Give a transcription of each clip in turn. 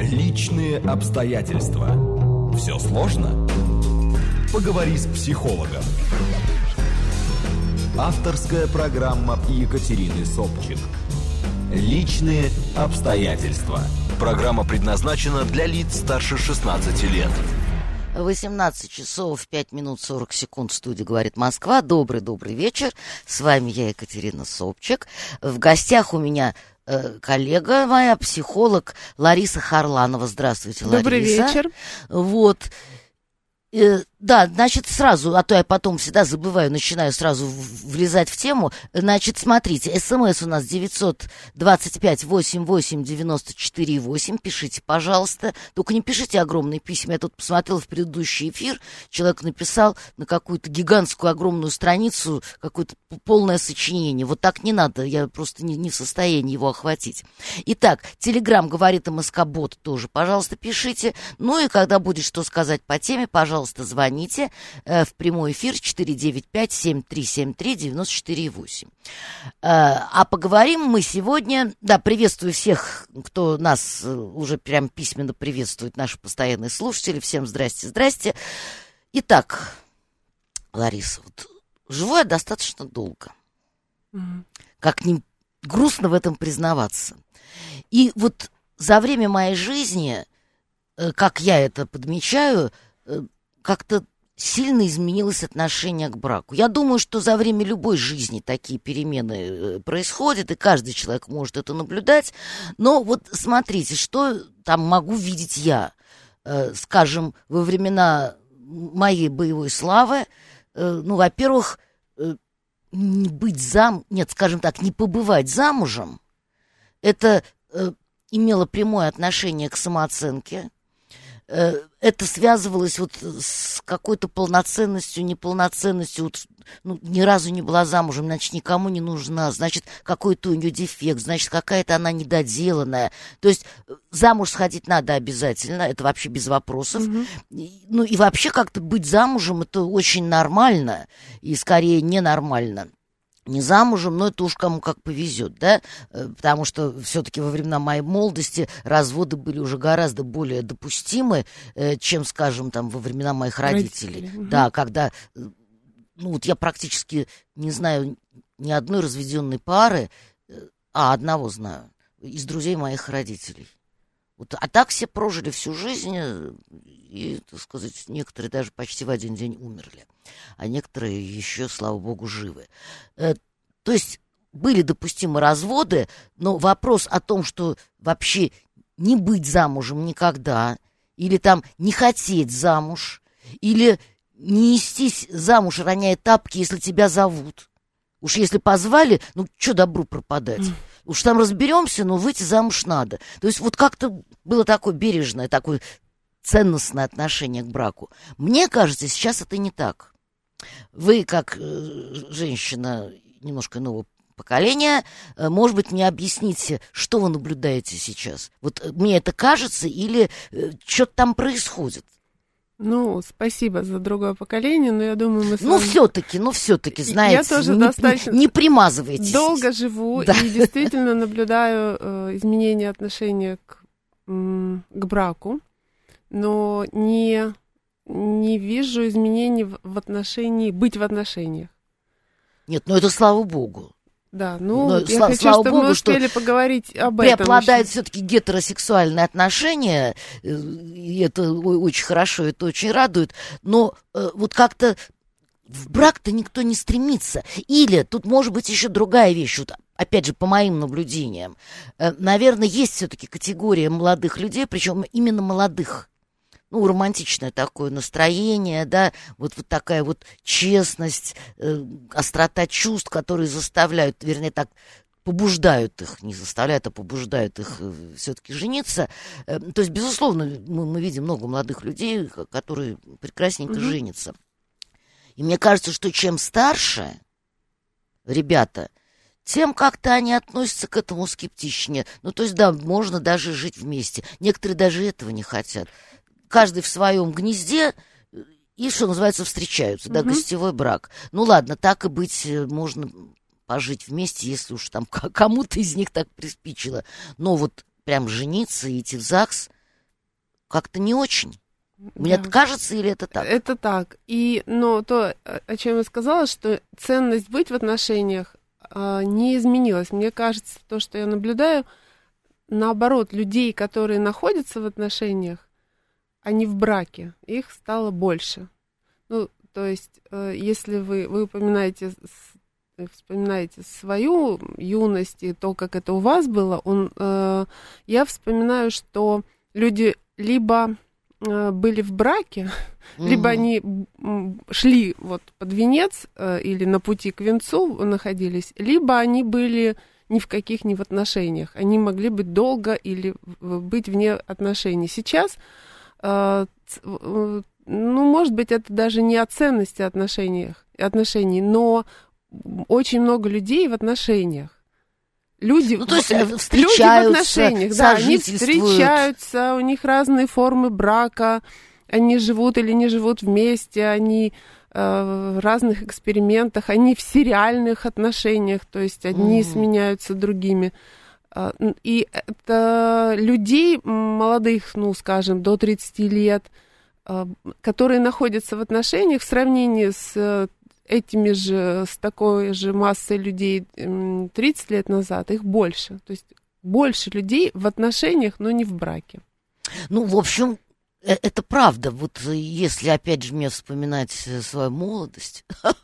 Личные обстоятельства. Все сложно? Поговори с психологом. Авторская программа Екатерины Собчик. Личные обстоятельства. Программа предназначена для лиц старше 16 лет. 18 часов 5 минут 40 секунд в студии «Говорит Москва». Добрый вечер. С вами я, Екатерина Собчик. В гостях у меня коллега моя, психолог Лариса Харланова. Здравствуйте, Лариса. Добрый вечер. Вот. Да, значит, сразу, а то я потом всегда забываю, начинаю сразу влезать в тему. Значит, смотрите, СМС у нас 925-88-94-8. Пишите, пожалуйста. Только не пишите огромные письма. Я тут посмотрела в предыдущий эфир. Человек написал на какую-то гигантскую огромную страницу какое-то полное сочинение. Вот так не надо, я просто не в состоянии его охватить. Итак, Телеграм говорит МСК-бот тоже, пожалуйста, пишите. Ну и когда будет что сказать по теме, пожалуйста, звоните в прямой эфир 495-7373-94,8. А поговорим мы сегодня... Да, приветствую всех, кто нас уже прям письменно приветствует, наши постоянные слушатели. Всем здрасте. Итак, Лариса, вот живу я достаточно долго. Как ни грустно в этом признаваться. И вот за время моей жизни, как я это подмечаю, как-то сильно изменилось отношение к браку. Я думаю, что за время любой жизни такие перемены происходят, и каждый человек может это наблюдать. Но вот смотрите, что там могу видеть я. Скажем, во времена моей боевой славы, во-первых, не побывать замужем, это имело прямое отношение к самооценке. Это связывалось вот с какой-то полноценностью, неполноценностью. Вот, ни разу не была замужем, значит, никому не нужна, значит, какой-то у нее дефект, значит, какая-то она недоделанная. То есть замуж сходить надо обязательно, это вообще без вопросов. Ну и вообще как-то быть замужем, это очень нормально и скорее ненормально. Не замужем, но это уж кому как повезет, да, потому что все-таки во времена моей молодости разводы были уже гораздо более допустимы, чем, скажем, там во времена моих родителей. Да, когда, я практически не знаю ни одной разведенной пары, одного знаю, из друзей моих родителей. Вот, а так все прожили всю жизнь, и, так сказать, некоторые даже почти в один день умерли, а некоторые еще, слава богу, живы. То есть были допустимы разводы, но вопрос о том, что вообще не быть замужем никогда, или там не хотеть замуж, или не нестись замуж, роняя тапки, если тебя зовут. Уж если позвали, что добру пропадать? Уж там разберемся, но выйти замуж надо. То есть вот как-то было такое бережное, такое ценностное отношение к браку. Мне кажется, сейчас это не так. Вы, как женщина немножко нового поколения, может быть, мне объясните, что вы наблюдаете сейчас? Вот мне это кажется или что-то там происходит? Спасибо за другое поколение, но я думаю, мы с вами... все-таки, знаете, я тоже достаточно не примазывайтесь. Долго живу, да. И действительно наблюдаю изменение отношения к браку, но не вижу изменений в отношении, быть в отношениях. Нет, это слава богу. Да, я хочу, чтобы мы успели поговорить об этом. Преобладают все-таки гетеросексуальные отношения, и это очень хорошо, это очень радует, но вот как-то в брак-то никто не стремится. Или тут может быть еще другая вещь, вот, опять же, по моим наблюдениям. Наверное, есть все-таки категория молодых людей, причем именно молодых. Романтичное такое настроение, да, вот такая вот честность, острота чувств, которые заставляют, вернее, так, побуждают их, не заставляют, а побуждают их все-таки жениться. То есть, безусловно, мы видим много молодых людей, которые прекрасненько женятся. И мне кажется, что чем старше ребята, тем как-то они относятся к этому скептичнее. То есть, да, можно даже жить вместе. Некоторые даже этого не хотят. Каждый в своем гнезде и, что называется, встречаются, да, гостевой брак. Ладно, так и быть, можно пожить вместе, если уж там кому-то из них так приспичило. Но вот прям жениться и идти в ЗАГС, как-то не очень. Мне кажется, или это так? Это так. Но то, о чем я сказала, что ценность быть в отношениях не изменилась. Мне кажется, то, что я наблюдаю, наоборот, людей, которые находятся в отношениях, они в браке, их стало больше. Ну, то есть, если вы вспоминаете свою юность и то, как это у вас было, я вспоминаю, что люди либо были в браке, либо они шли вот под венец или на пути к венцу находились, либо они были ни в каких ни в отношениях. Они могли быть долго или быть вне отношений. Сейчас, может быть, это даже не о ценности отношений, но очень много людей в отношениях. Люди, то есть встречаются, люди в отношениях, да, они сожительствуют. встречаются, у них разные формы брака, они живут или не живут вместе, они в разных экспериментах, они в сериальных отношениях, то есть одни сменяются другими. И это людей молодых, скажем, до 30 лет, которые находятся в отношениях в сравнении с такой же массой людей 30 лет назад, их больше. То есть больше людей в отношениях, но не в браке. В общем, это правда. Вот если, опять же, мне вспоминать свою молодость,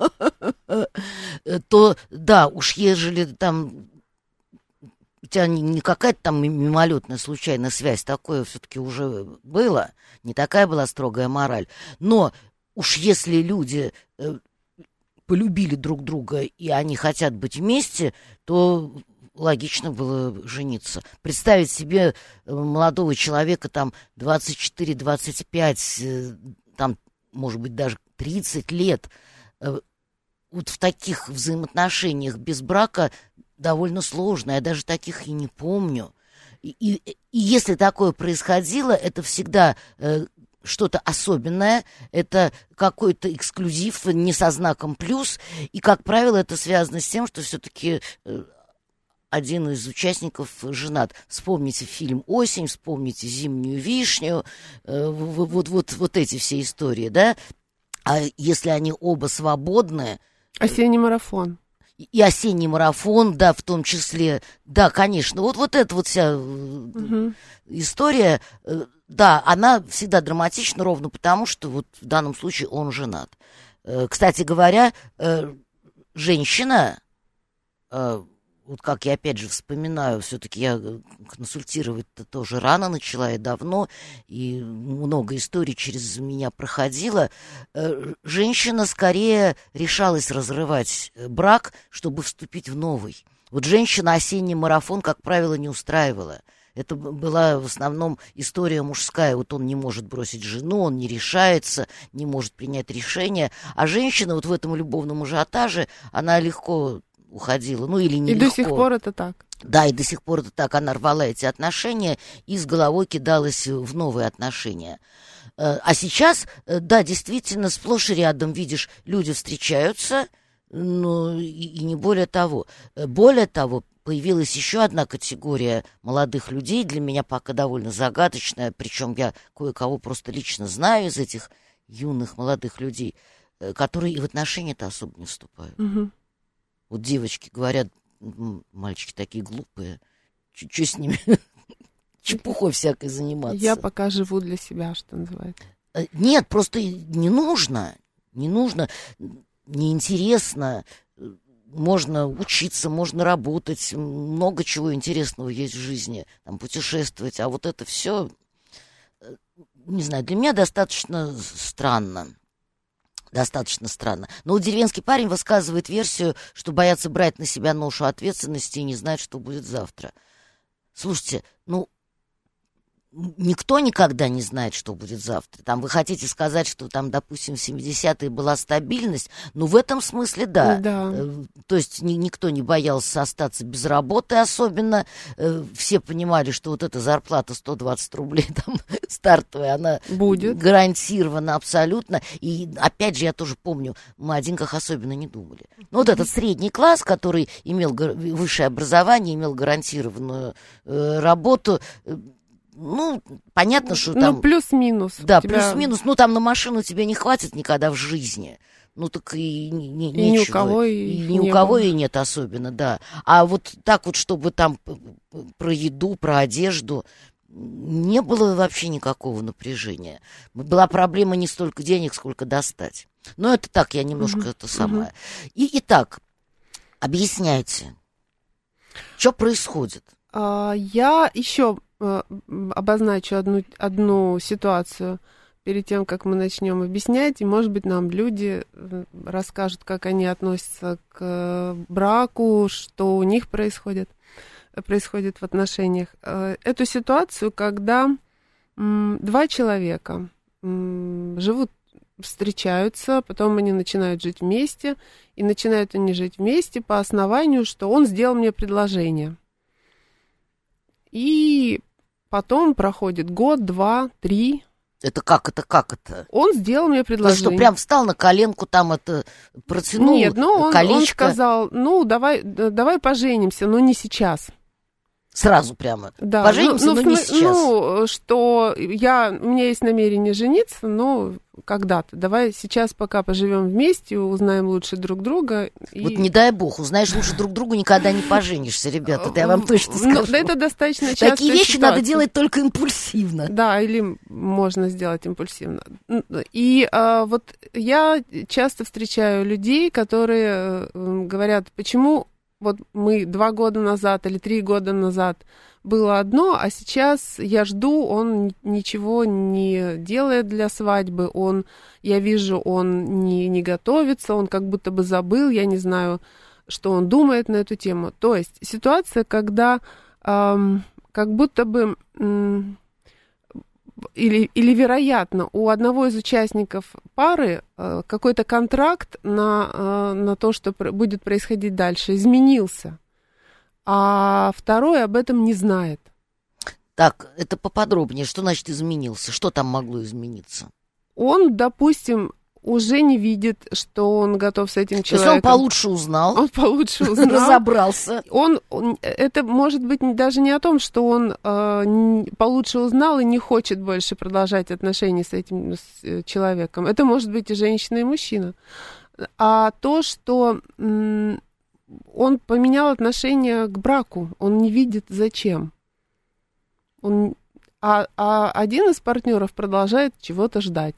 то, да, уж ежели там у тебя не какая-то там мимолетная случайная связь, такое все-таки уже было, не такая была строгая мораль. Но уж если люди полюбили друг друга, и они хотят быть вместе, то логично было жениться. Представить себе молодого человека, там, 24-25, там, может быть, даже 30 лет, вот в таких взаимоотношениях без брака довольно сложно. Я даже таких и не помню. И если такое происходило, это всегда что-то особенное, это какой-то эксклюзив не со знаком плюс, и, как правило, это связано с тем, что все-таки один из участников женат. Вспомните фильм «Осень», вспомните «Зимнюю вишню», вот эти все истории, да? А если они оба свободны... «Осенний марафон». И «Осенний марафон», да, в том числе. Да, конечно. Вот эта вот вся история... Да, она всегда драматична ровно потому, что вот в данном случае он женат. Кстати говоря, женщина, вот как я опять же вспоминаю, все-таки я консультировать-то тоже рано начала и давно, и много историй через меня проходило. Женщина скорее решалась разрывать брак, чтобы вступить в новый. Вот женщина осенний марафон, как правило, не устраивала. Это была в основном история мужская. Вот он не может бросить жену, он не решается, не может принять решение. А женщина вот в этом любовном ажиотаже, она легко уходила, или не легко. И до сих пор это так. Да, и до сих пор это так. Она рвала эти отношения и с головой кидалась в новые отношения. А сейчас, да, действительно, сплошь и рядом, видишь, люди встречаются, и не более того. Более того, появилась еще одна категория молодых людей, для меня пока довольно загадочная, причем я кое-кого просто лично знаю из этих юных молодых людей, которые и в отношения-то особо не вступают. Угу. Вот девочки говорят, мальчики такие глупые, что с ними чепухой всякой заниматься. Я пока живу для себя, что называется. Нет, просто не нужно, неинтересно. Можно учиться, можно работать, много чего интересного есть в жизни, там, путешествовать, а вот это все, не знаю, для меня достаточно странно. Но деревенский парень высказывает версию, что боятся брать на себя ношу ответственности и не знать, что будет завтра. Слушайте, никто никогда не знает, что будет завтра. Там вы хотите сказать, что там, допустим, в 70-е была стабильность, в этом смысле да. То есть никто не боялся остаться без работы особенно. Все понимали, что вот эта зарплата 120 рублей там стартовая, она будет гарантирована абсолютно. И опять же, я тоже помню, мы о деньгах особенно не думали. Вот этот средний класс, который имел высшее образование, имел гарантированную работу, Ну, понятно, что Ну, там... плюс-минус. Да, тебя... плюс-минус. Ну, там на машину тебе не хватит никогда в жизни. Ну, так и нечего. ни у кого ни у кого и нет особенно, да. А вот так вот, чтобы там про еду, про одежду, не было вообще никакого напряжения. Была проблема не столько денег, сколько достать. Но это так, я немножко это самое. Итак, объясняйте, что происходит? Я еще обозначу одну ситуацию перед тем, как мы начнем объяснять, и, может быть, нам люди расскажут, как они относятся к браку, что у них происходит в отношениях. Эту ситуацию, когда два человека живут, встречаются, потом они начинают жить вместе, и начинают они жить вместе по основанию, что он сделал мне предложение. И потом проходит год, 2, 3. Это как это? Он сделал мне предложение. Он что, прям встал на коленку, там это протянул? Нет, ну колечко? Он сказал, ну давай поженимся, но не сейчас. Сразу прямо. Да. Поженимся, но не сейчас. Ну, что у меня есть намерение жениться, но когда-то. Давай сейчас пока поживем вместе, узнаем лучше друг друга. Вот не дай бог, узнаешь лучше друг другу, никогда не поженишься, ребята, это я вам точно скажу. Да, это достаточно частая Такие вещи ситуация. надо делать только импульсивно. Да, или можно сделать импульсивно. И вот я часто встречаю людей, которые говорят, почему вот мы 2 года назад или 3 года назад было одно, а сейчас я жду, он ничего не делает для свадьбы, я вижу, он не готовится, он как будто бы забыл, я не знаю, что он думает на эту тему. То есть ситуация, когда как будто бы... Или, вероятно, у одного из участников пары какой-то контракт на то, что будет происходить дальше, изменился, а второй об этом не знает. Так, это поподробнее. Что значит изменился? Что там могло измениться? Он, допустим, уже не видит, что он готов с этим человеком. То есть он получше узнал. Он получше узнал. Разобрался. Это может быть даже не о том, что он получше узнал и не хочет больше продолжать отношения с этим человеком. Это может быть и женщина, и мужчина. А то, что он поменял отношение к браку, он не видит зачем. А один из партнеров продолжает чего-то ждать.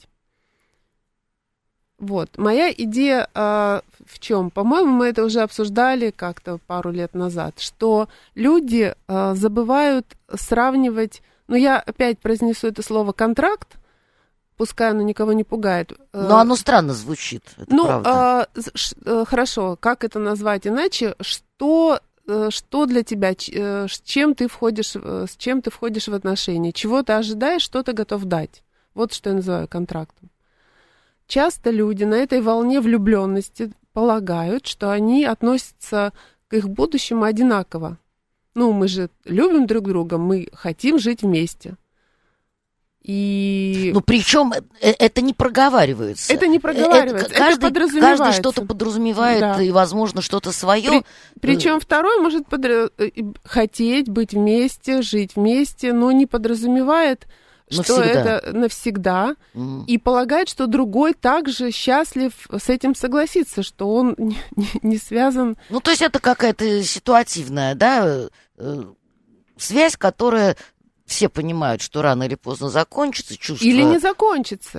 Вот. Моя идея в чем? По-моему, мы это уже обсуждали как-то пару лет назад, что люди забывают сравнивать, я опять произнесу это слово «контракт», пускай оно никого не пугает. Но оно странно звучит, это правда. Хорошо, как это назвать иначе? Что для тебя, с чем ты входишь в отношения, чего ты ожидаешь, что ты готов дать. Вот что я называю контрактом. Часто люди на этой волне влюбленности полагают, что они относятся к их будущему одинаково. Мы же любим друг друга, мы хотим жить вместе. И... причем это не проговаривается. Это не проговаривается, это подразумевается. Каждый что-то подразумевает, да. И, возможно, что-то свое. Причем второй может хотеть быть вместе, жить вместе, но не подразумевает... Что это навсегда, и полагает, что другой также счастлив с этим согласиться, что он не связан... То есть это какая-то ситуативная, да, связь, которая все понимают, что рано или поздно закончится, чувство... Или не закончится.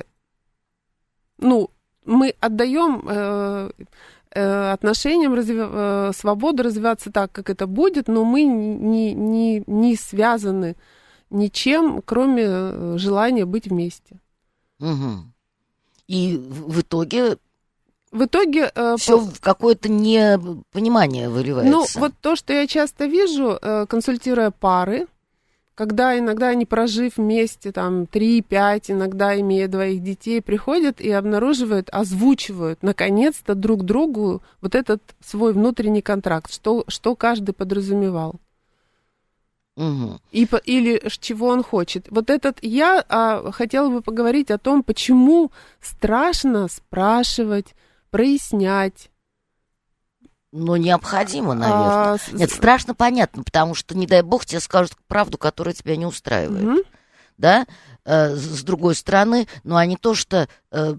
Мы отдаем отношениям свободу развиваться так, как это будет, но мы не связаны ничем, кроме желания быть вместе. Угу. И в итоге все в какое-то непонимание выливается. Вот то, что я часто вижу, консультируя пары, когда иногда они, прожив вместе 3-5, иногда имея 2 детей, приходят и озвучивают, наконец-то друг другу вот этот свой внутренний контракт, что каждый подразумевал. Угу. Или чего он хочет. Вот я хотела бы поговорить о том, почему страшно спрашивать, прояснять. Ну, необходимо, наверное. Нет, страшно понятно, потому что, не дай бог, тебе скажут правду, которая тебя не устраивает. Да? С другой стороны, ну, они то, что...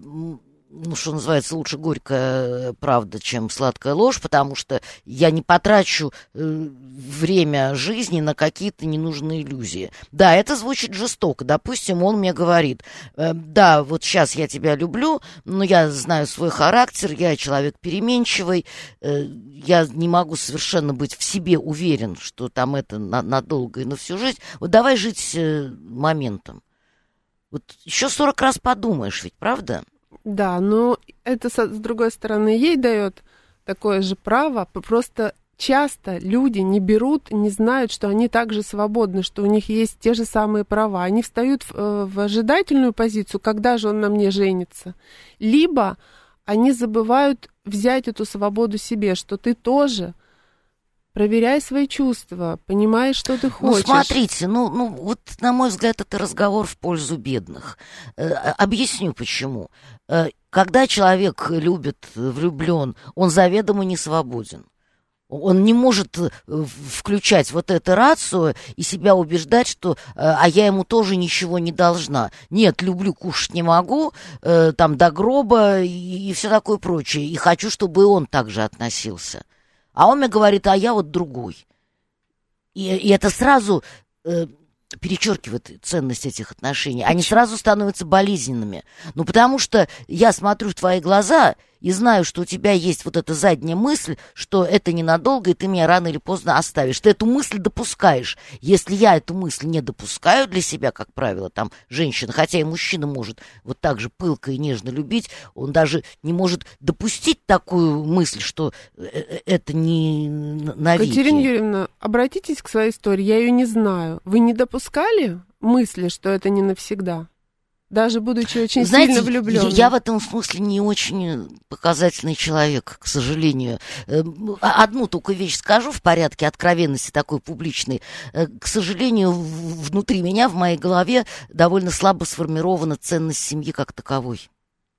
ну, что называется, лучше горькая правда, чем сладкая ложь, потому что я не потрачу время жизни на какие-то ненужные иллюзии. Да, это звучит жестоко. Допустим, он мне говорит, да, вот сейчас я тебя люблю, но я знаю свой характер, я человек переменчивый, я не могу совершенно быть в себе уверен, что там это надолго и на всю жизнь. Вот давай жить моментом. Вот еще 40 раз подумаешь ведь, правда? Да, но это, с другой стороны, ей дает такое же право. Просто часто люди не берут, не знают, что они также свободны, что у них есть те же самые права. Они встают в ожидательную позицию, когда же он на мне женится. Либо они забывают взять эту свободу себе, что ты тоже... Проверяй свои чувства, понимай, что ты хочешь. Ну, смотрите, вот, на мой взгляд, это разговор в пользу бедных. Объясню, почему. Когда человек любит, влюблен, он заведомо не свободен. Он не может включать вот эту рацию и себя убеждать, что а я ему тоже ничего не должна. Нет, люблю, кушать не могу, там до гроба и все такое прочее. И хочу, чтобы и он так же относился. А он мне говорит, а я вот другой. И это сразу перечеркивает ценность этих отношений. Они сразу становятся болезненными. Ну, потому что я смотрю в твои глаза и знаю, что у тебя есть вот эта задняя мысль, что это ненадолго, и ты меня рано или поздно оставишь. Ты эту мысль допускаешь. Если я эту мысль не допускаю для себя, как правило, там, женщина, хотя и мужчина может вот так же пылко и нежно любить, он даже не может допустить такую мысль, что это не навеки. Катерина Юрьевна, обратитесь к своей истории, я ее не знаю. Вы не допускали мысли, что это не навсегда? Даже будучи очень сильно влюбленным. Я в этом смысле не очень показательный человек, к сожалению. Одну только вещь скажу в порядке откровенности такой публичной. К сожалению, внутри меня, в моей голове, довольно слабо сформирована ценность семьи как таковой.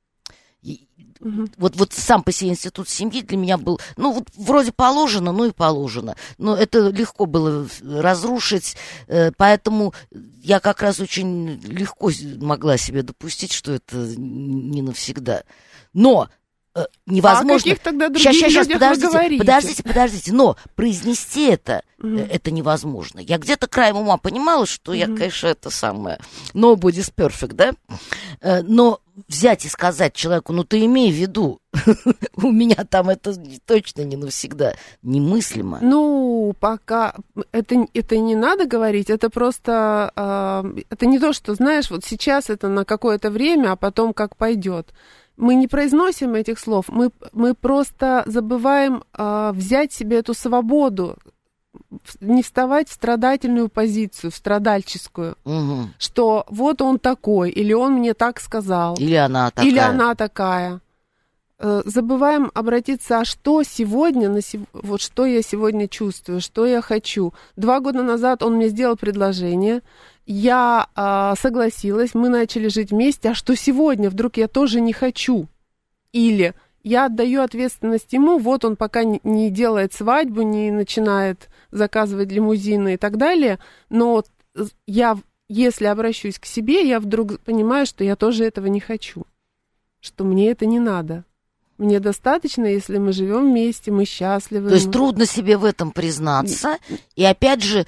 Вот сам по себе институт семьи для меня был, ну, вот вроде положено, ну и положено. Но это легко было разрушить, поэтому я как раз очень легко могла себе допустить, что это не навсегда. Но невозможно... А о каких тогда других людях вы говорите? Подождите, но произнести это невозможно. Я где-то краем ума понимала, что я, конечно, это самое... Nobody's perfect, да? Но взять и сказать человеку, ну ты имей в виду, у меня там это точно не навсегда, немыслимо. Ну, пока это не надо говорить, это просто, это не то, что, знаешь, вот сейчас это на какое-то время, а потом как пойдет. Мы не произносим этих слов, мы просто забываем взять себе эту свободу, не вставать в страдательную позицию, в страдальческую, что вот он такой, или он мне так сказал, или она такая. Забываем обратиться, а что сегодня, вот что я сегодня чувствую, что я хочу. 2 года назад он мне сделал предложение, я согласилась, мы начали жить вместе, а что сегодня вдруг я тоже не хочу? Или я отдаю ответственность ему, вот он пока не делает свадьбу, не начинает заказывать лимузины и так далее, но я, если обращусь к себе, я вдруг понимаю, что я тоже этого не хочу, что мне это не надо. Мне достаточно, если мы живем вместе, мы счастливы. То есть трудно себе в этом признаться, и опять же,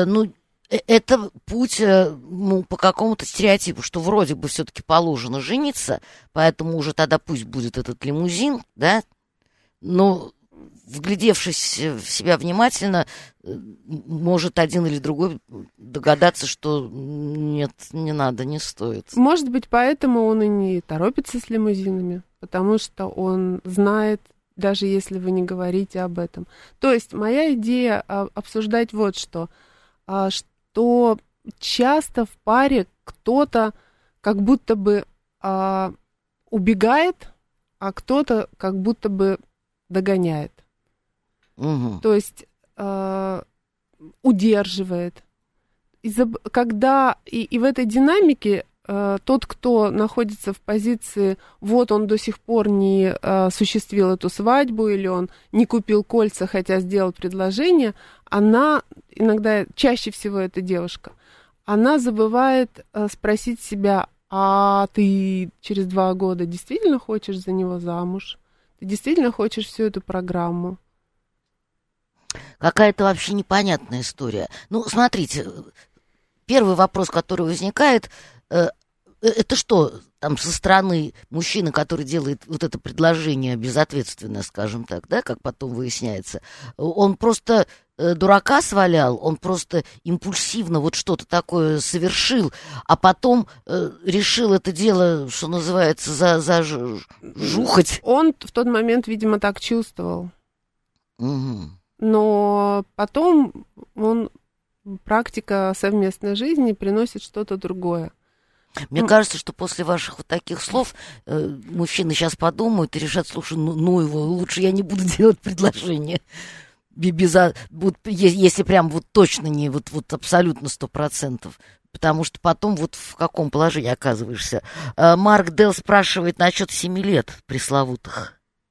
это путь по какому-то стереотипу, что вроде бы все-таки положено жениться, поэтому уже тогда пусть будет этот лимузин, да, но вглядевшись в себя внимательно, может один или другой догадаться, что нет, не надо, не стоит. Может быть, поэтому он и не торопится с лимузинами, потому что он знает, даже если вы не говорите об этом. То есть моя идея обсуждать вот что часто в паре кто-то как будто бы убегает, а кто-то как будто бы догоняет. То есть удерживает. И в этой динамике тот, кто находится в позиции, вот он до сих пор не осуществил эту свадьбу, или он не купил кольца, хотя сделал предложение, она, иногда, чаще всего эта девушка, она забывает спросить себя, а ты через 2 года действительно хочешь за него замуж? Ты действительно хочешь всю эту программу? Какая-то вообще непонятная история. Ну, смотрите, первый вопрос, который возникает, это что, там, со стороны мужчины, который делает вот это предложение безответственно, скажем так, да, как потом выясняется, он просто дурака свалял, он просто импульсивно вот что-то такое совершил, а потом решил это дело, что называется, зажухать. Он в тот момент, видимо, так чувствовал. Угу. Но потом практика совместной жизни приносит что-то другое. Мне кажется, что после ваших вот таких слов мужчины сейчас подумают и решат, слушай, ну его, лучше я не буду делать предложение. Если прям вот точно не вот абсолютно 100%. Потому что потом вот в каком положении оказываешься. Марк Делл спрашивает насчет 7 лет пресловутых.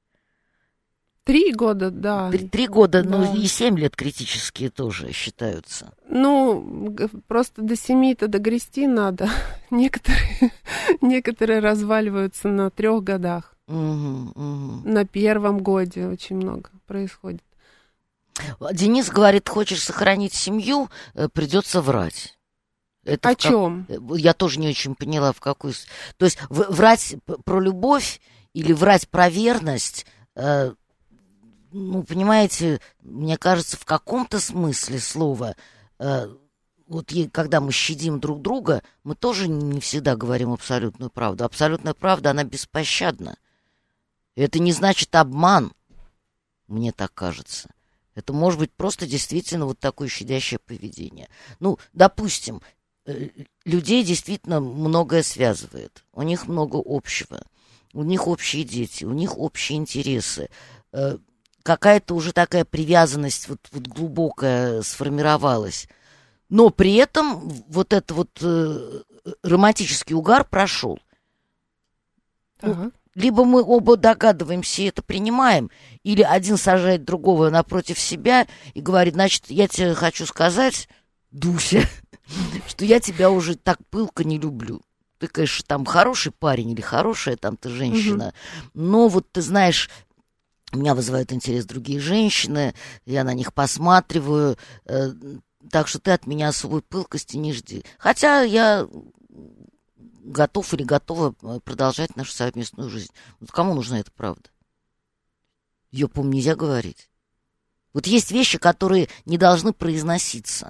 3 года, да. 3 года, да. Ну и 7 лет критические тоже считаются. Ну, просто до 7-то догрести надо. Некоторые разваливаются на 3 годах. На 1-м годе очень много происходит. Денис говорит, хочешь сохранить семью, придется врать. Это о чем? Я тоже не очень поняла, в какую... То есть врать про любовь или врать про верность... Ну, понимаете, мне кажется, в каком-то смысле слова, вот когда мы щадим друг друга, мы тоже не всегда говорим абсолютную правду. Абсолютная правда, она беспощадна. Это не значит обман, мне так кажется. Это может быть просто действительно вот такое щадящее поведение. Ну, допустим, людей действительно многое связывает. У них много общего. У них общие дети, у них общие интересы. Какая-то уже такая привязанность вот глубокая сформировалась. Но при этом вот этот вот романтический угар прошел. Ну, либо мы оба догадываемся и это принимаем, или один сажает другого напротив себя и говорит, значит, я тебе хочу сказать, Дуся, что я тебя уже так пылко не люблю. Ты, конечно, там хороший парень или хорошая там ты женщина, но вот ты знаешь... Меня вызывают интерес другие женщины, я на них посматриваю, так что ты от меня особой пылкости не жди. Хотя я готов или готова продолжать нашу совместную жизнь. Вот кому нужна эта правда? Ее, по-моему, нельзя говорить. Вот есть вещи, которые не должны произноситься.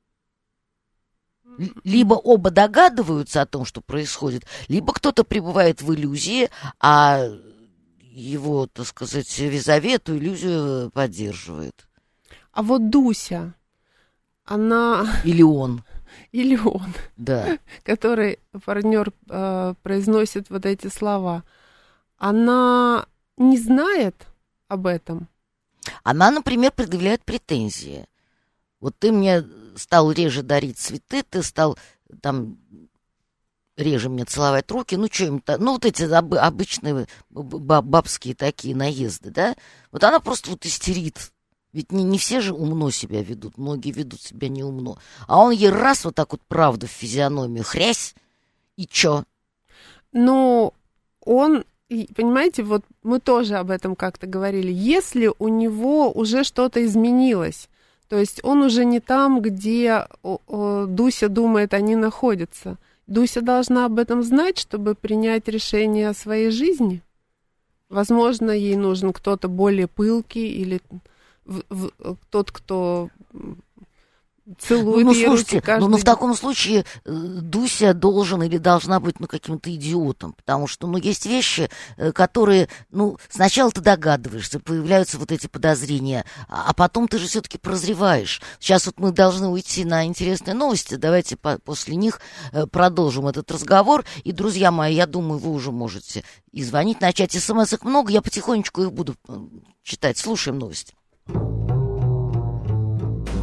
Либо оба догадываются о том, что происходит, либо кто-то пребывает в иллюзии, а... его, так сказать, визави эту иллюзию поддерживает. А вот Дуся, она... Или он. Или он. Да. Который партнер произносит вот эти слова. Она не знает об этом? Она, например, предъявляет претензии. Вот ты мне стал реже дарить цветы, ты стал там... реже мне целовать руки, ну, что-нибудь, ну, вот эти обычные бабские такие наезды, да, вот она просто вот истерит, ведь не все же умно себя ведут, многие ведут себя неумно, а он ей раз вот так вот правду в физиономию, хрясь, и чё? Ну, он, понимаете, вот мы тоже об этом как-то говорили, если у него уже что-то изменилось, то есть он уже не там, где Дуся думает, они находятся, Дуся должна об этом знать, чтобы принять решение о своей жизни. Возможно, ей нужен кто-то более пылкий или тот, кто целует ее руки каждый день. В таком случае Дуся должен или должна быть каким-то идиотом, потому что есть вещи, которые, сначала ты догадываешься, появляются вот эти подозрения, а потом ты же все-таки прозреваешь. Сейчас вот мы должны уйти на интересные новости, давайте после них продолжим этот разговор. И, друзья мои, я думаю, вы уже можете и звонить, начать. СМС-ок много, я потихонечку их буду читать. Слушаем новости.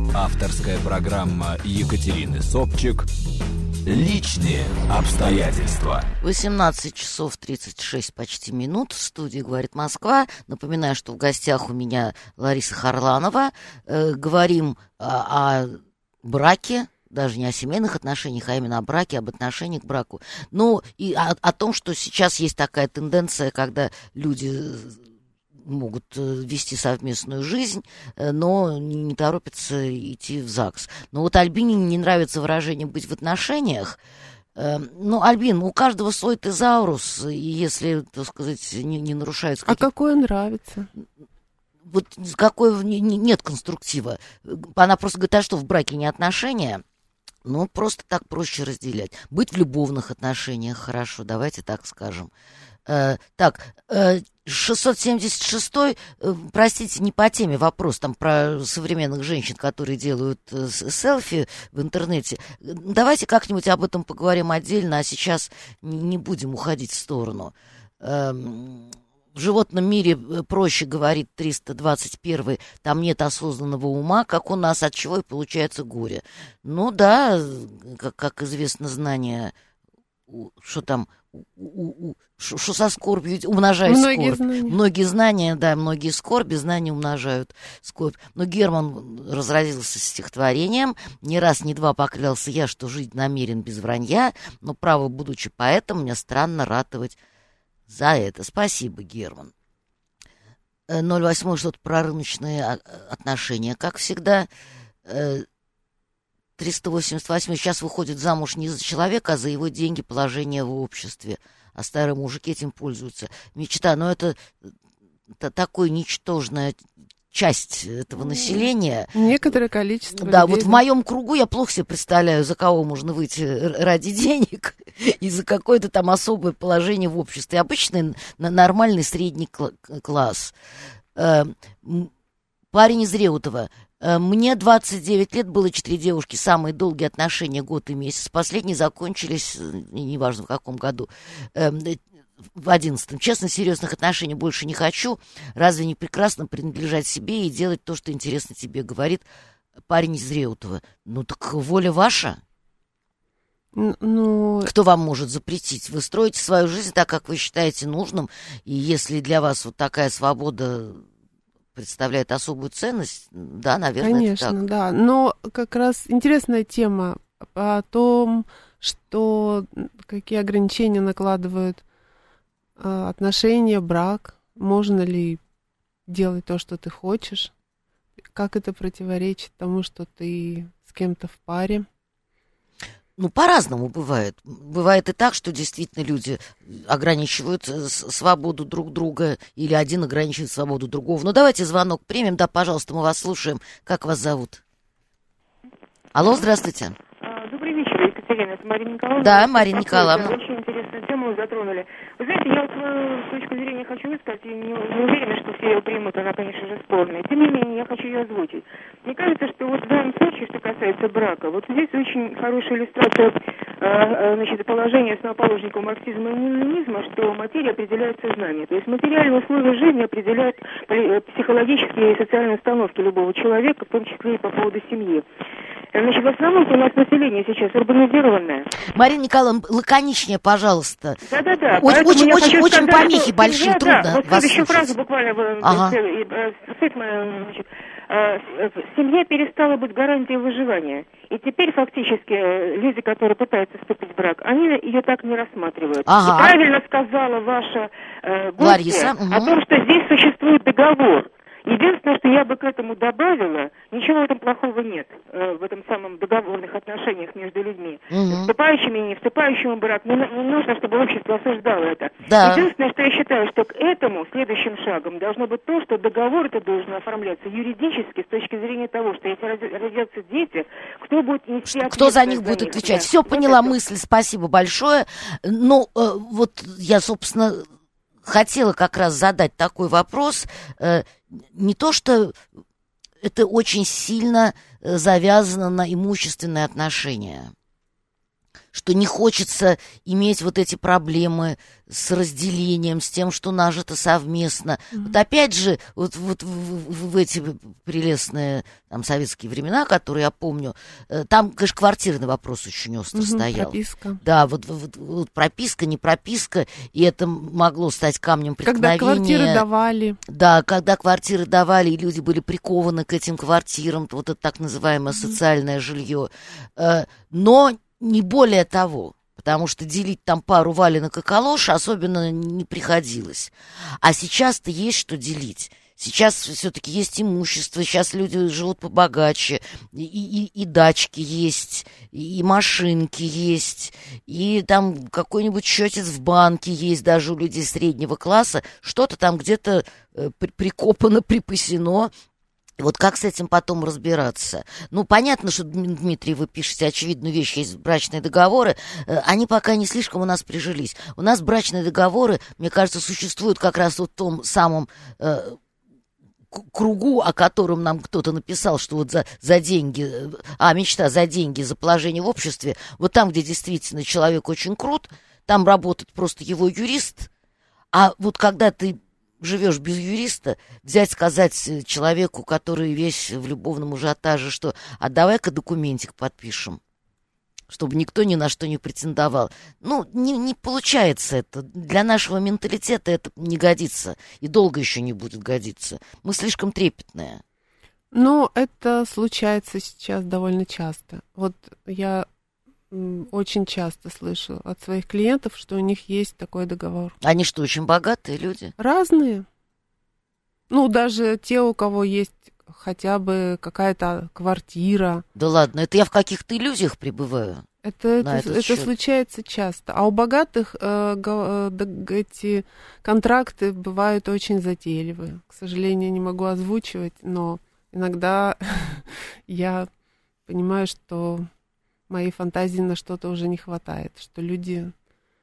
Авторская программа Екатерины Собчик «Личные обстоятельства». 18 часов 36 почти минут. В студии «Говорит Москва». Напоминаю, что в гостях у меня Лариса Харланова. Говорим о браке, даже не о семейных отношениях, а именно о браке, об отношении к браку. Ну, и о том, что сейчас есть такая тенденция, когда люди могут вести совместную жизнь, но не торопятся идти в ЗАГС. Но вот Альбине не нравится выражение «быть в отношениях». Ну, Альбин, у каждого свой тезаурус, и если, так сказать, не нарушаются... А какое нравится? Вот какое нет конструктива. Она просто говорит, а что, в браке не отношения? Ну, просто так проще разделять. Быть в любовных отношениях хорошо, давайте так скажем. Так, 676-й, простите, не по теме вопрос, там про современных женщин, которые делают селфи в интернете. Давайте как-нибудь об этом поговорим отдельно, а сейчас не будем уходить в сторону. В животном мире проще, говорит 321-й, там нет осознанного ума, как у нас, от чего и получается горе. Ну да, как известно, знание, что там, что со скорбью умножает скорбь. Многие знания, да, многие скорби, знания умножают скорбь. Но Герман разразился стихотворением, ни раз, ни два поклялся я, что жить намерен без вранья, но, право, будучи поэтом, мне странно ратовать за это. Спасибо, Герман. 08 что-то про рыночные отношения, как всегда. 388 сейчас выходит замуж не за человека, а за его деньги, положение в обществе. А старые мужики этим пользуются. Мечта, но это такая ничтожная часть этого населения. Некоторое количество Да, людей. вот в моем кругу я плохо себе представляю, за кого можно выйти ради денег и за какое-то там особое положение в обществе. Обычный нормальный средний класс. Парень из Реутова. Мне 29 лет, было 4 девушки, самые долгие отношения, год и месяц. Последние закончились, неважно в каком году, в 11-м. Честно, серьезных отношений больше не хочу. Разве не прекрасно принадлежать себе и делать то, что интересно тебе, говорит парень из Реутова. Ну так воля ваша. Ну... Кто вам может запретить? Вы строите свою жизнь так, как вы считаете нужным, и если для вас вот такая свобода представляет особую ценность, да, наверное, конечно, это так. Да. Но как раз интересная тема о том, что какие ограничения накладывают отношения, брак, можно ли делать то, что ты хочешь, как это противоречит тому, что ты с кем-то в паре. Ну, по-разному бывает. Бывает и так, что действительно люди ограничивают свободу друг друга, или один ограничивает свободу другого. Ну, давайте звонок примем. Да, пожалуйста, мы вас слушаем. Как вас зовут? Алло, здравствуйте. Добрый вечер, Екатерина. Это Марина Николаевна. Да, Марина Николаевна. Очень интересную тему вы затронули. Вы знаете, я вот свою точку зрения хочу высказать, и не уверена, что все ее примут, она, конечно же, спорная. Тем не менее, я хочу ее озвучить. Мне кажется, что вот в данном случае, что касается брака, вот здесь очень хорошая иллюстрация положения основоположников марксизма и ленинизма, что материя определяет сознание. То есть материальные условия жизни определяют психологические и социальные установки любого человека, в том числе и по поводу семьи. Значит, в основном у нас население сейчас урбанизированное. Марина Николаевна, лаконичнее, пожалуйста. Да-да-да. Очень помехи большие, трудно. Да, вот следующую фразу буквально суть моя, значит, семья перестала быть гарантией выживания. И теперь фактически люди, которые пытаются вступить в брак, они ее так не рассматривают. Ага. И правильно сказала ваша гостья Лариса, о том, что здесь существует договор. Единственное, что я бы к этому добавила, ничего в этом плохого нет, в этом самом договорных отношениях между людьми. Вступающими и не вступающими в брак. Не нужно, чтобы общество осуждало это. Да. Единственное, что я считаю, что к этому следующим шагом должно быть то, что договор это должен оформляться юридически с точки зрения того, что если родятся дети, кто будет нести ответственность? Кто за них будет отвечать? Да. Все, поняла мысль, спасибо большое. Ну, вот я, собственно, хотела как раз задать такой вопрос. Не то, что это очень сильно завязано на имущественные отношения. Что что не хочется иметь вот эти проблемы с разделением, с тем, что нажито совместно. Вот опять же, вот в эти прелестные там советские времена, которые я помню, там, конечно, квартирный вопрос очень остро стоял. Прописка. Да, вот прописка, не прописка, и это могло стать камнем преткновения. Когда квартиры давали. Да, когда квартиры давали, и люди были прикованы к этим квартирам, вот это так называемое социальное жилье. Но не более того, потому что делить там пару валенок и калош особенно не приходилось. А сейчас-то есть что делить. Сейчас все-таки есть имущество, сейчас люди живут побогаче, и дачки есть, и машинки есть, и там какой-нибудь счетец в банке есть даже у людей среднего класса, что-то там где-то прикопано, припасено. Вот как с этим потом разбираться? Ну, понятно, что, Дмитрий, вы пишете очевидную вещь, есть брачные договоры, они пока не слишком у нас прижились. У нас брачные договоры, мне кажется, существуют как раз в том самом кругу, о котором нам кто-то написал, что вот за деньги, мечта за деньги, за положение в обществе, вот там, где действительно человек очень крут, там работает просто его юрист, а вот когда ты живешь без юриста, взять, сказать человеку, который весь в любовном ажиотаже, что давай-ка документик подпишем, чтобы никто ни на что не претендовал. Ну, не получается это. Для нашего менталитета это не годится. И долго еще не будет годиться. Мы слишком трепетные. Но это случается сейчас довольно часто. Вот я очень часто слышу от своих клиентов, что у них есть такой договор. Они что, очень богатые люди? Разные. Ну, даже те, у кого есть хотя бы какая-то квартира. Да ладно, это я в каких-то иллюзиях пребываю. Это случается часто. А у богатых эти контракты бывают очень затейливые. К сожалению, не могу озвучивать, но иногда я понимаю, что моей фантазии на что-то уже не хватает, что люди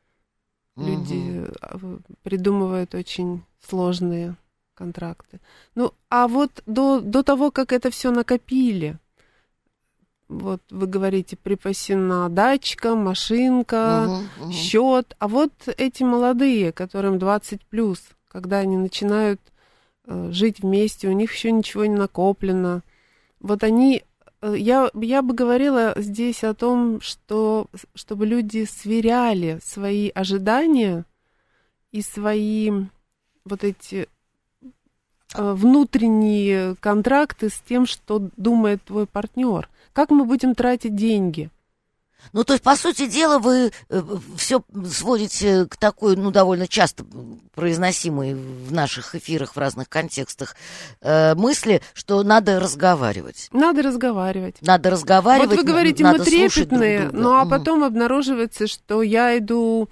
придумывают очень сложные контракты. Ну, а вот до того, как это все накопили, вот вы говорите, припасена дачка, машинка, счет, а вот эти молодые, которым 20+, когда они начинают жить вместе, у них еще ничего не накоплено, вот они... Я бы говорила здесь о том, чтобы люди сверяли свои ожидания и свои вот эти внутренние контракты с тем, что думает твой партнер. Как мы будем тратить деньги? Ну, то есть, по сути дела, вы все сводите к такой, довольно часто произносимой в наших эфирах в разных контекстах мысли, что надо разговаривать. Надо разговаривать. Надо разговаривать. Вот вы говорите, надо мы трепетные, друг друга. А потом обнаруживается, что я иду,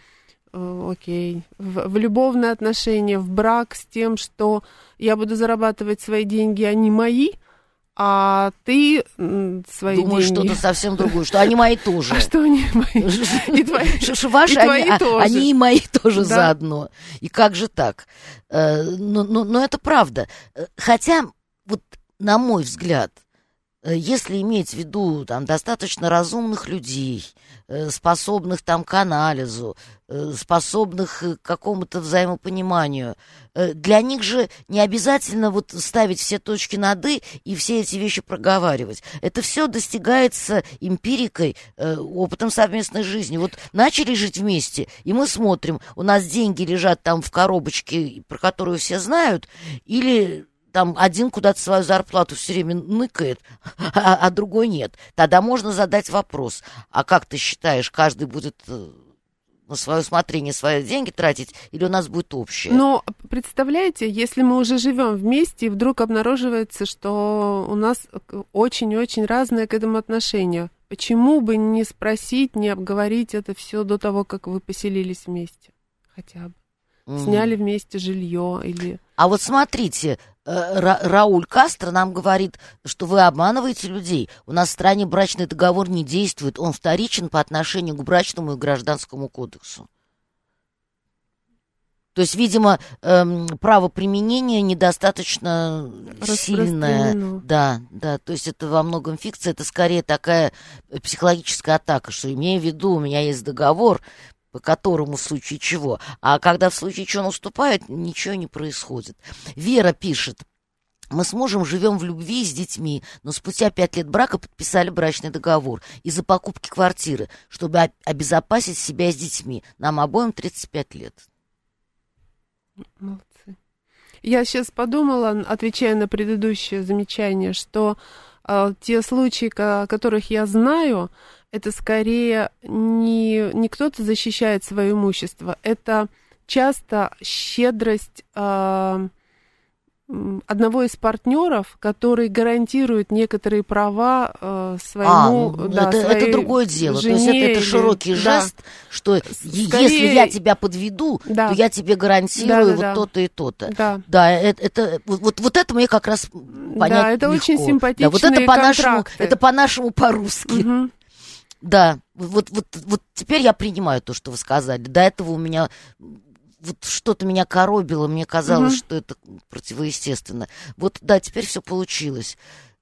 в любовные отношения, в брак с тем, что я буду зарабатывать свои деньги, они мои, а ты свои думаешь деньги... что-то совсем другое, что они мои тоже. А что они мои? И твои тоже. Они и мои тоже Да. заодно. И как же так? Но это правда. Хотя, вот на мой взгляд, если иметь в виду там достаточно разумных людей, способных там к анализу, способных к какому-то взаимопониманию, для них же не обязательно вот ставить все точки над «и» и все эти вещи проговаривать. Это все достигается эмпирикой, опытом совместной жизни. Вот начали жить вместе, и мы смотрим, у нас деньги лежат там в коробочке, про которую все знают, или... там один куда-то свою зарплату все время ныкает, а другой нет. Тогда можно задать вопрос, а как ты считаешь, каждый будет на свое усмотрение свои деньги тратить, или у нас будет общее? Но представляете, если мы уже живем вместе, и вдруг обнаруживается, что у нас очень-очень разное к этому отношение, почему бы не спросить, не обговорить это все до того, как вы поселились вместе хотя бы? Сняли вместе жилье или... А вот смотрите, Рауль Кастро нам говорит, что вы обманываете людей. У нас в стране брачный договор не действует, он вторичен по отношению к брачному и гражданскому кодексу. То есть, видимо, право применения недостаточно сильное. Да. То есть это во многом фикция, это скорее такая психологическая атака, что, имея в виду, у меня есть договор, по которому в случае чего. А когда в случае чего наступает, ничего не происходит. Вера пишет. Мы с мужем живем в любви с детьми, но спустя 5 лет брака подписали брачный договор из-за покупки квартиры, чтобы обезопасить себя с детьми. Нам обоим 35 лет. Молодцы. Я сейчас подумала, отвечая на предыдущее замечание, что те случаи, о которых я знаю, это скорее не кто-то защищает свое имущество, это часто щедрость одного из партнеров, который гарантирует некоторые права своему, это другое дело. Жене, то есть это широкий жест, что скорее, если я тебя подведу, то я тебе гарантирую то-то и то-то. Да, это вот это мне как раз понять это легко. Очень симпатичные вот это контракты. Это по-нашему, по-русски. Угу. Да, вот теперь я принимаю то, что вы сказали. До этого у меня что-то меня коробило, мне казалось, что это противоестественно. Вот, да, теперь все получилось.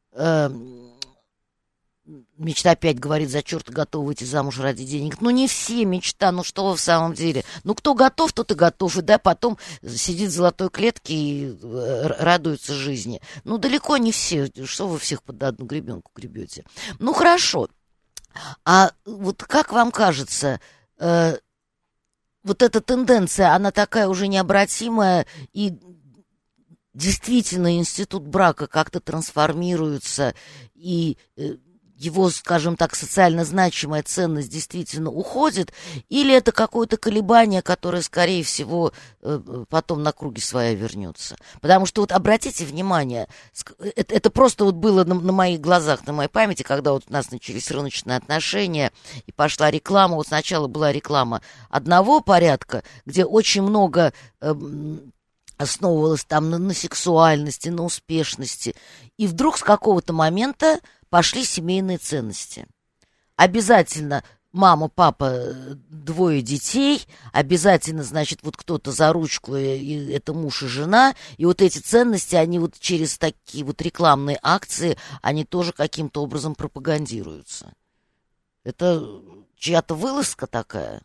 Мечта опять говорит, за черта готова выйти замуж ради денег. Ну, не все мечта, ну что вы в самом деле. Ну, кто готов, тот и готов. И да, потом сидит в золотой клетке и радуется жизни. Ну, далеко не все. Что вы всех под одну гребенку гребете? Ну, хорошо. А вот как вам кажется... Вот эта тенденция, она такая уже необратимая, и действительно институт брака как-то трансформируется, и его, скажем так, социально значимая ценность действительно уходит, или это какое-то колебание, которое, скорее всего, потом на круги своя вернется. Потому что вот обратите внимание, это просто вот было на моих глазах, на моей памяти, когда вот у нас начались рыночные отношения, и пошла реклама. Вот сначала была реклама одного порядка, где очень много основывалось там на сексуальности, на успешности, и вдруг с какого-то момента пошли семейные ценности. Обязательно мама, папа, 2 детей, обязательно, значит, вот кто-то за ручку, и это муж и жена, и вот эти ценности, они вот через такие вот рекламные акции, они тоже каким-то образом пропагандируются. Это чья-то вылазка такая?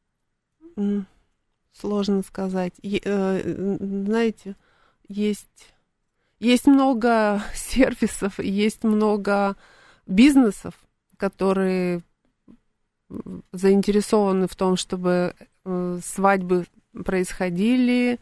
Сложно сказать. Знаете, есть много сервисов, есть много бизнесов, которые заинтересованы в том, чтобы свадьбы происходили,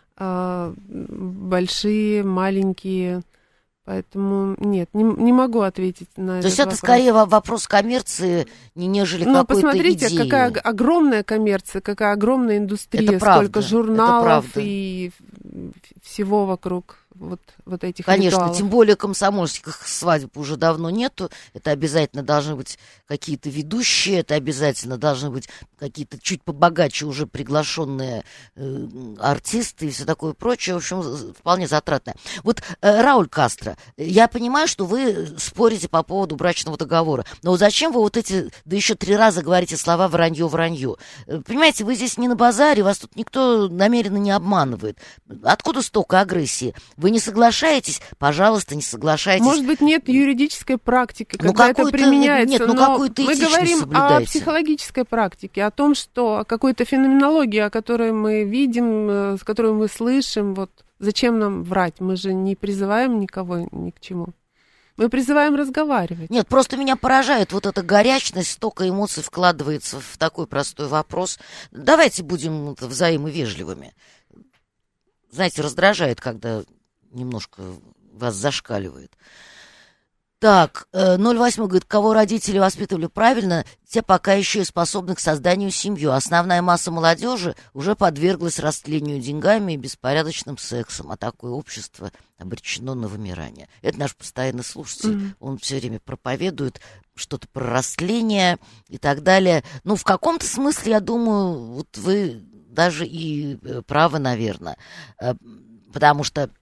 большие, маленькие. Поэтому нет, не могу ответить на этот вопрос. То есть это скорее вопрос коммерции, нежели какой-то идеи. Посмотрите, какая огромная коммерция, какая огромная индустрия, сколько журналов и всего вокруг вот этих Конечно, ритуалов. Тем более комсомольских свадеб уже давно нету. Это обязательно должны быть какие-то ведущие, это обязательно должны быть какие-то чуть побогаче уже приглашенные артисты и все такое прочее. В общем, вполне затратно. Вот, Рауль Кастро, я понимаю, что вы спорите по поводу брачного договора, но вот зачем вы вот эти, да еще 3 раза говорите слова «вранье». Понимаете, вы здесь не на базаре, вас тут никто намеренно не обманывает. Откуда столько агрессии? Вы не соглашаетесь? Пожалуйста, не соглашайтесь. Может быть, нет юридической практики, когда это применяется. Нет, но какую-то мы говорим соблюдайте. О психологической практике, о том, что о какой-то феноменологии, о которой мы видим, с которой мы слышим. Вот зачем нам врать? Мы же не призываем никого ни к чему. Мы призываем разговаривать. Нет, просто меня поражает вот эта горячность, столько эмоций вкладывается в такой простой вопрос. Давайте будем взаимовежливыми. Знаете, раздражает, когда немножко вас зашкаливает. Так, 08 говорит, кого родители воспитывали правильно, те пока еще и способны к созданию семьи. Основная масса молодежи уже подверглась растлению деньгами и беспорядочным сексом, а такое общество обречено на вымирание. Это наш постоянный слушатель, он все время проповедует что-то про растление и так далее. Ну, в каком-то смысле, я думаю, вот вы даже и правы, наверное, потому что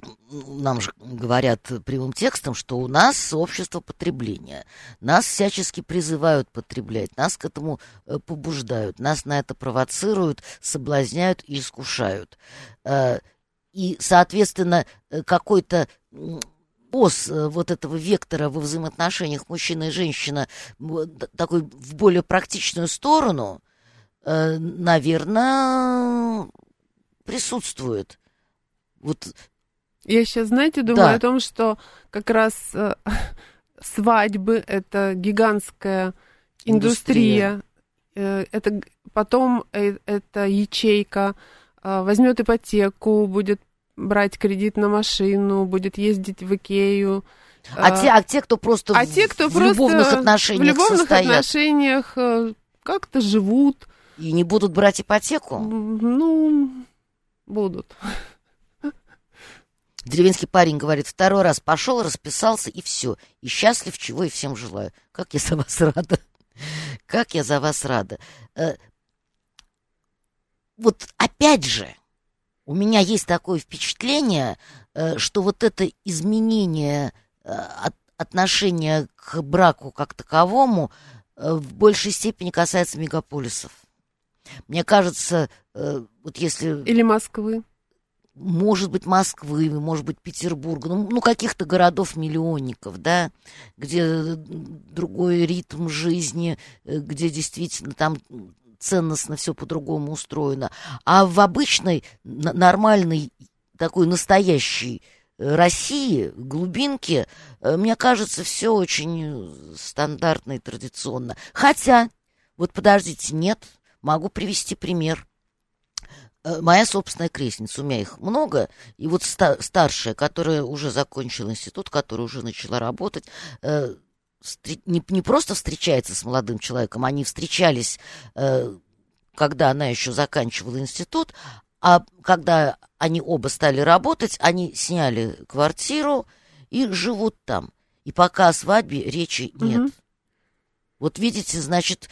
нам же говорят прямым текстом, что у нас общество потребления. Нас всячески призывают потреблять, нас к этому побуждают, нас на это провоцируют, соблазняют и искушают. И, соответственно, какой-то ос вот этого вектора во взаимоотношениях мужчина и женщина такой в более практичную сторону, наверное, присутствует. Вот. Я сейчас, знаете, думаю о том, что как раз свадьбы — это гигантская индустрия. Это потом эта ячейка возьмет ипотеку, будет брать кредит на машину, будет ездить в Икею. А те, кто просто в любовных отношениях как-то живут. И не будут брать ипотеку? Ну, будут. Деревенский парень говорит: второй раз пошел, расписался, и все. И счастлив, чего и всем желаю. Как я за вас рада. Как я за вас рада. Вот опять же, у меня есть такое впечатление, что вот это изменение отношения к браку как таковому в большей степени касается мегаполисов. Мне кажется, вот если... Или Москвы. Может быть, Москвы, может быть, Петербурга, ну каких-то городов-миллионников, да, где другой ритм жизни, где действительно там ценностно все по-другому устроено. А в обычной, нормальной, такой настоящей России, глубинке, мне кажется, все очень стандартно и традиционно. Хотя, вот подождите, нет, могу привести пример. Моя собственная крестница, у меня их много, и вот старшая, которая уже закончила институт, которая уже начала работать, не просто встречается с молодым человеком, они встречались, когда она еще заканчивала институт, а когда они оба стали работать, они сняли квартиру и живут там. И пока о свадьбе речи нет. Вот видите, значит,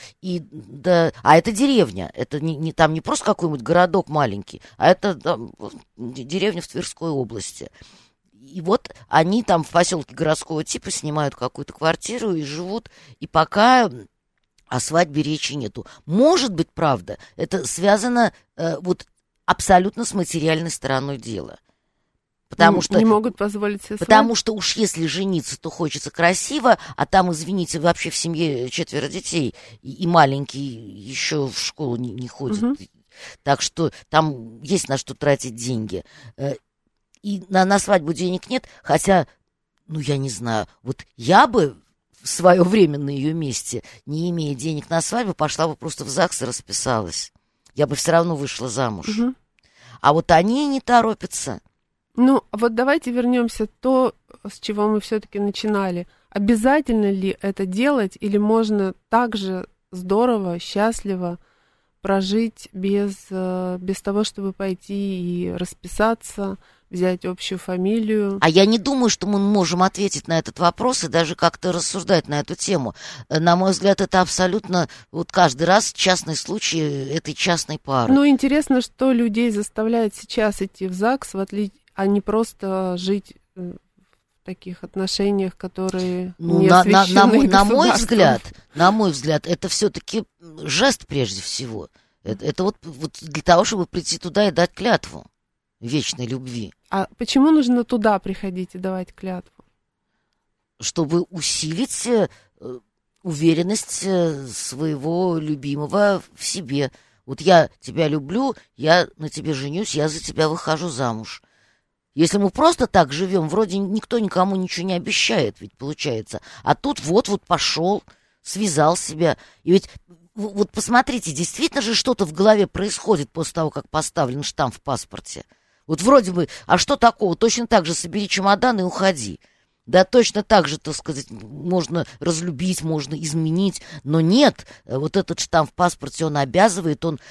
а это деревня, это там не просто какой-нибудь городок маленький, а это там, деревня в Тверской области. И вот они там в поселке городского типа снимают какую-то квартиру и живут, и пока о свадьбе речи нету. Может быть, правда, это связано вот абсолютно с материальной стороной дела. Потому что, не могут позволить себе потому что уж если жениться, то хочется красиво, а там, извините, вообще в семье 4 детей, и маленький еще в школу не ходит. Так что там есть на что тратить деньги. И на свадьбу денег нет, хотя, я не знаю, вот я бы в свое время на ее месте, не имея денег на свадьбу, пошла бы просто в ЗАГС и расписалась. Я бы все равно вышла замуж. А вот они не торопятся. Ну, вот давайте вернемся то, с чего мы все-таки начинали. Обязательно ли это делать, или можно также здорово, счастливо прожить без того, чтобы пойти и расписаться, взять общую фамилию? А я не думаю, что мы можем ответить на этот вопрос и даже как-то рассуждать на эту тему. На мой взгляд, это абсолютно вот каждый раз частный случай этой частной пары. Ну, интересно, что людей заставляет сейчас идти в ЗАГС, а не просто жить в таких отношениях, которые не освящены государством. На мой взгляд, это все-таки жест прежде всего. Это вот для того, чтобы прийти туда и дать клятву вечной любви. А почему нужно туда приходить и давать клятву? Чтобы усилить уверенность своего любимого в себе. Вот я тебя люблю, я на тебе женюсь, я за тебя выхожу замуж. Если мы просто так живем, вроде никто никому ничего не обещает, ведь получается. А тут вот пошел, связал себя. И ведь вот посмотрите, действительно же что-то в голове происходит после того, как поставлен штамп в паспорте. Вот вроде бы, а что такого? Точно так же собери чемодан и уходи. Да, точно так же, так сказать, можно разлюбить, можно изменить. Но нет, вот этот штамп в паспорте, он обязывает, он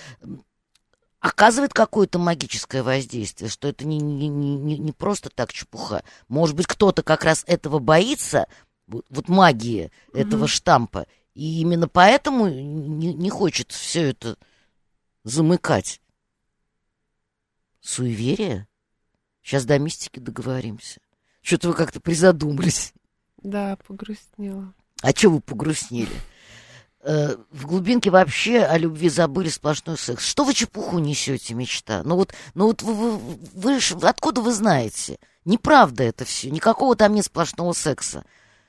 оказывает какое-то магическое воздействие, что это не просто так чепуха. Может быть, кто-то как раз этого боится, вот магии этого штампа, и именно поэтому не хочет все это замыкать. Суеверие? Сейчас до мистики договоримся. Что-то вы как-то призадумались. Да, погрустнела. А чего вы погрустнели? В глубинке вообще о любви забыли, сплошной секс. Что вы чепуху несете, мечта? Ну вот вы откуда вы знаете? Неправда это все. Никакого там нет сплошного секса.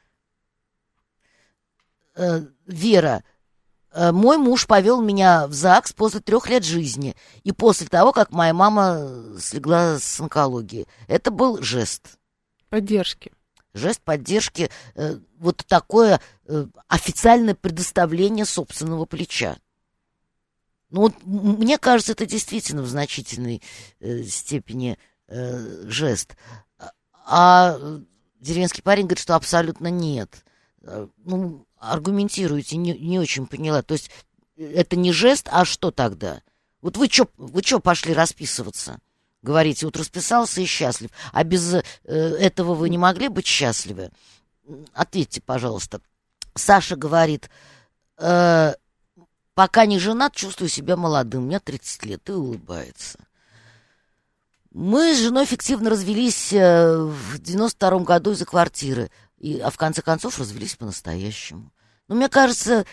Вера, мой муж повел меня в ЗАГС после 3 лет жизни и после того, как моя мама слегла с онкологией. Это был жест. Поддержки. Жест поддержки, вот такое официальное предоставление собственного плеча. Ну вот, мне кажется, это действительно в значительной степени жест. А деревенский парень говорит, что абсолютно нет. Ну, аргументируйте, не очень поняла. То есть это не жест, а что тогда? Вот вы что пошли расписываться? Говорите, вот расписался и счастлив. А без этого вы не могли быть счастливы? Ответьте, пожалуйста. Саша говорит, пока не женат, чувствую себя молодым. Мне 30 лет, и улыбается. Мы с женой фиктивно развелись в 92-м году из-за квартиры. А в конце концов развелись по-настоящему. Но мне кажется,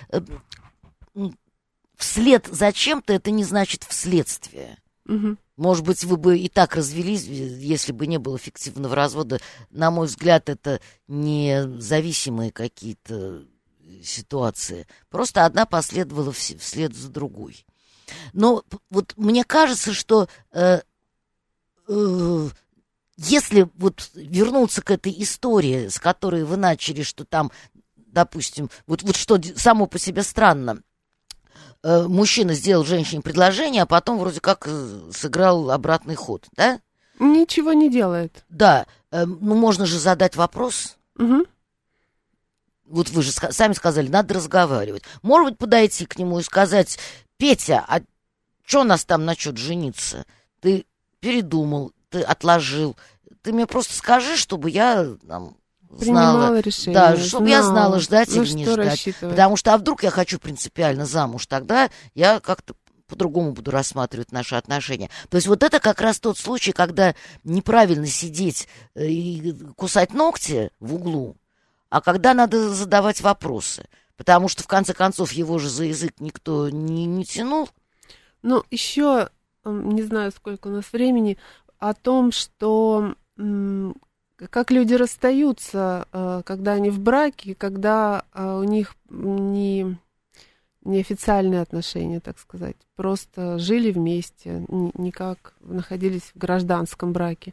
вслед за чем-то это не значит вследствие. Угу. Может быть, вы бы и так развелись, если бы не было фиктивного развода. На мой взгляд, это не зависимые какие-то ситуации. Просто одна последовала вслед за другой. Но вот мне кажется, что если вот вернуться к этой истории, с которой вы начали, что там, допустим, вот что само по себе странно, мужчина сделал женщине предложение, а потом вроде как сыграл обратный ход, да? Ничего не делает. Да, ну можно же задать вопрос. Угу. Вот вы же сами сказали, надо разговаривать. Может быть, подойти к нему и сказать: Петя, а что нас там насчет жениться? Ты передумал, ты отложил. Ты мне просто скажи, чтобы я там знала. Принимала решение. Да, чтобы я знала, ждать или не ждать. Рассчитывать. Потому что, а вдруг я хочу принципиально замуж, тогда я как-то по-другому буду рассматривать наши отношения. То есть вот это как раз тот случай, когда неправильно сидеть и кусать ногти в углу, а когда надо задавать вопросы. Потому что, в конце концов, его же за язык никто не тянул. Ну, еще, не знаю, сколько у нас времени, о том, что как люди расстаются, когда они в браке, когда у них неофициальные отношения, так сказать. Просто жили вместе, никак находились в гражданском браке.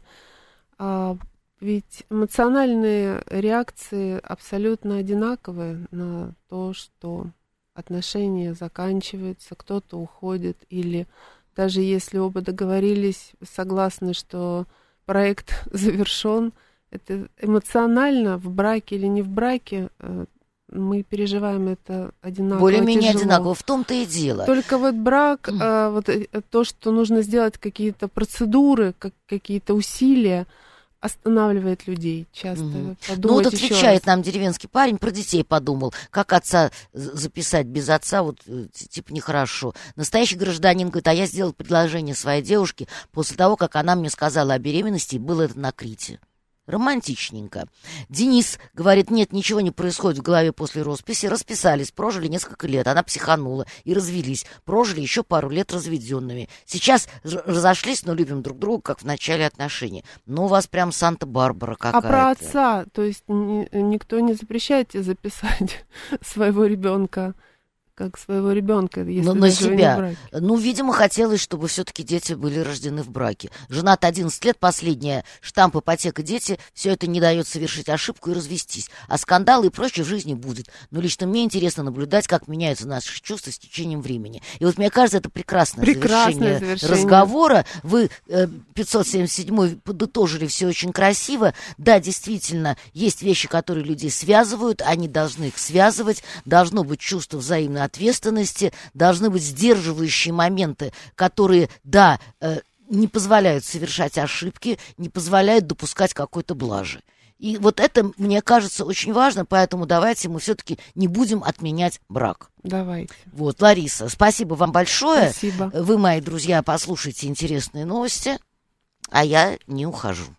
Ведь эмоциональные реакции абсолютно одинаковые на то, что отношения заканчиваются, кто-то уходит, или даже если оба договорились, согласны, что проект завершен, это эмоционально в браке или не в браке, мы переживаем это одинаково. Более-менее тяжело. одинаково, в том-то и дело. Только вот брак, вот то, что нужно сделать какие-то процедуры, какие-то усилия, останавливает людей часто. Ну вот отвечает нам деревенский парень, про детей подумал, как отца записать без отца, вот типа нехорошо. Настоящий гражданин говорит, а я сделал предложение своей девушке после того, как она мне сказала о беременности, и было это на Крите. Романтичненько. Денис говорит, нет, ничего не происходит в голове после росписи. Расписались, прожили несколько лет, она психанула и развелись. Прожили еще пару лет разведенными. Сейчас разошлись, но любим друг друга, как в начале отношений. Но у вас прям Санта-Барбара какая-то. А про отца, то есть никто не запрещает тебе записать своего ребенка как своего ребенка, если на себя. В браке. Ну, видимо, хотелось, чтобы все-таки дети были рождены в браке. Женат 11 лет, последняя, штамп, ипотека, дети, все это не дает совершить ошибку и развестись. А скандалы и прочее в жизни будет. Но лично мне интересно наблюдать, как меняются наши чувства с течением времени. И вот мне кажется, это прекрасное завершение разговора. Вы 577-й подытожили все очень красиво. Да, действительно, есть вещи, которые людей связывают, они должны их связывать, должно быть чувство взаимной ответственности, должны быть сдерживающие моменты, которые, да, не позволяют совершать ошибки, не позволяют допускать какой-то блажи. И вот это, мне кажется, очень важно, поэтому давайте мы все-таки не будем отменять брак. Давайте. Вот, Лариса, спасибо вам большое. Спасибо. Вы, мои друзья, послушайте интересные новости. а я не ухожу.